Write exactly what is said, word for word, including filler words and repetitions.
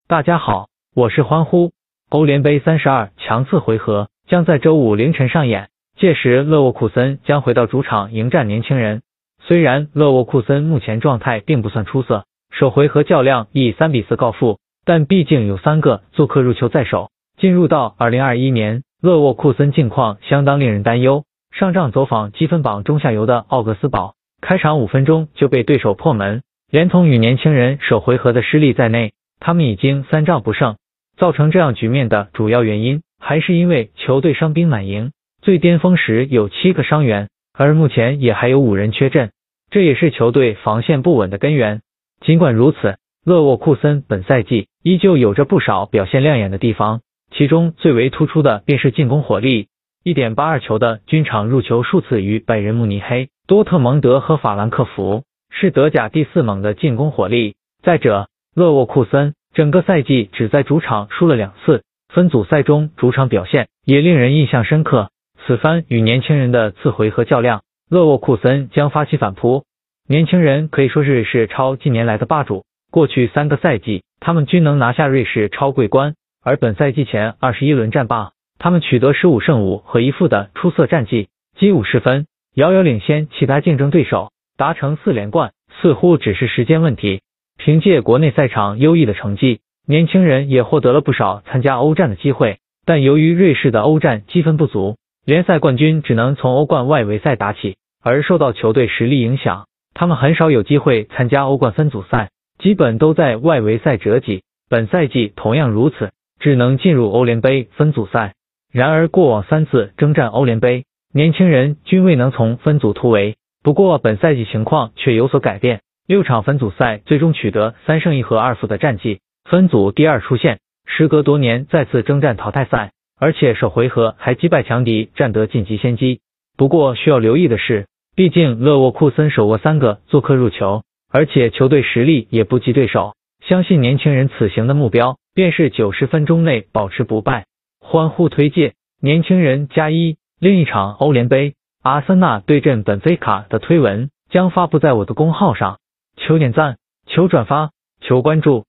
大家好，我是欢呼。欧联杯三十二强次回合将在周五凌晨上演，届时勒沃库森将回到主场迎战年轻人。虽然勒沃库森目前状态并不算出色，首回合较量以三比四告负，但毕竟有三个做客入球在手。进入到二零二一年，勒沃库森近况相当令人担忧。上仗走访积分榜中下游的奥格斯堡，开场五分钟就被对手破门，连同与年轻人首回合的失利在内，他们已经三仗不胜。造成这样局面的主要原因还是因为球队伤兵满营，最巅峰时有七个伤员，而目前也还有五人缺阵，这也是球队防线不稳的根源。尽管如此，勒沃库森本赛季依旧有着不少表现亮眼的地方，其中最为突出的便是进攻火力。一点八二 球的均场入球数次于拜仁慕尼黑、多特蒙德和法兰克福，是德甲第四猛的进攻火力。再者，勒沃库森整个赛季只在主场输了两次，分组赛中主场表现也令人印象深刻。此番与年轻人的次回合较量，勒沃库森将发起反扑。年轻人可以说是瑞士超近年来的霸主，过去三个赛季他们均能拿下瑞士超桂冠，而本赛季前二十一轮战罢，他们取得十五胜五和一负的出色战绩，积五十分，遥遥领先其他竞争对手，达成四连冠似乎只是时间问题。凭借国内赛场优异的成绩，年轻人也获得了不少参加欧战的机会，但由于瑞士的欧战积分不足，联赛冠军只能从欧冠外围赛打起，而受到球队实力影响，他们很少有机会参加欧冠分组赛，基本都在外围赛折戟。本赛季同样如此，只能进入欧联杯分组赛。然而过往三次征战欧联杯，年轻人均未能从分组突围，不过本赛季情况却有所改变，六场分组赛最终取得三胜一和二负的战绩，分组第二出线，时隔多年再次征战淘汰赛，而且首回合还击败强敌，占得晋级先机。不过需要留意的是，毕竟勒沃库森手握三个做客入球，而且球队实力也不及对手，相信年轻人此行的目标便是九十分钟内保持不败。欢呼推介年轻人加一。另一场欧联杯阿森纳对阵本菲卡的推文将发布在我的公号上，求点赞，求转发，求关注。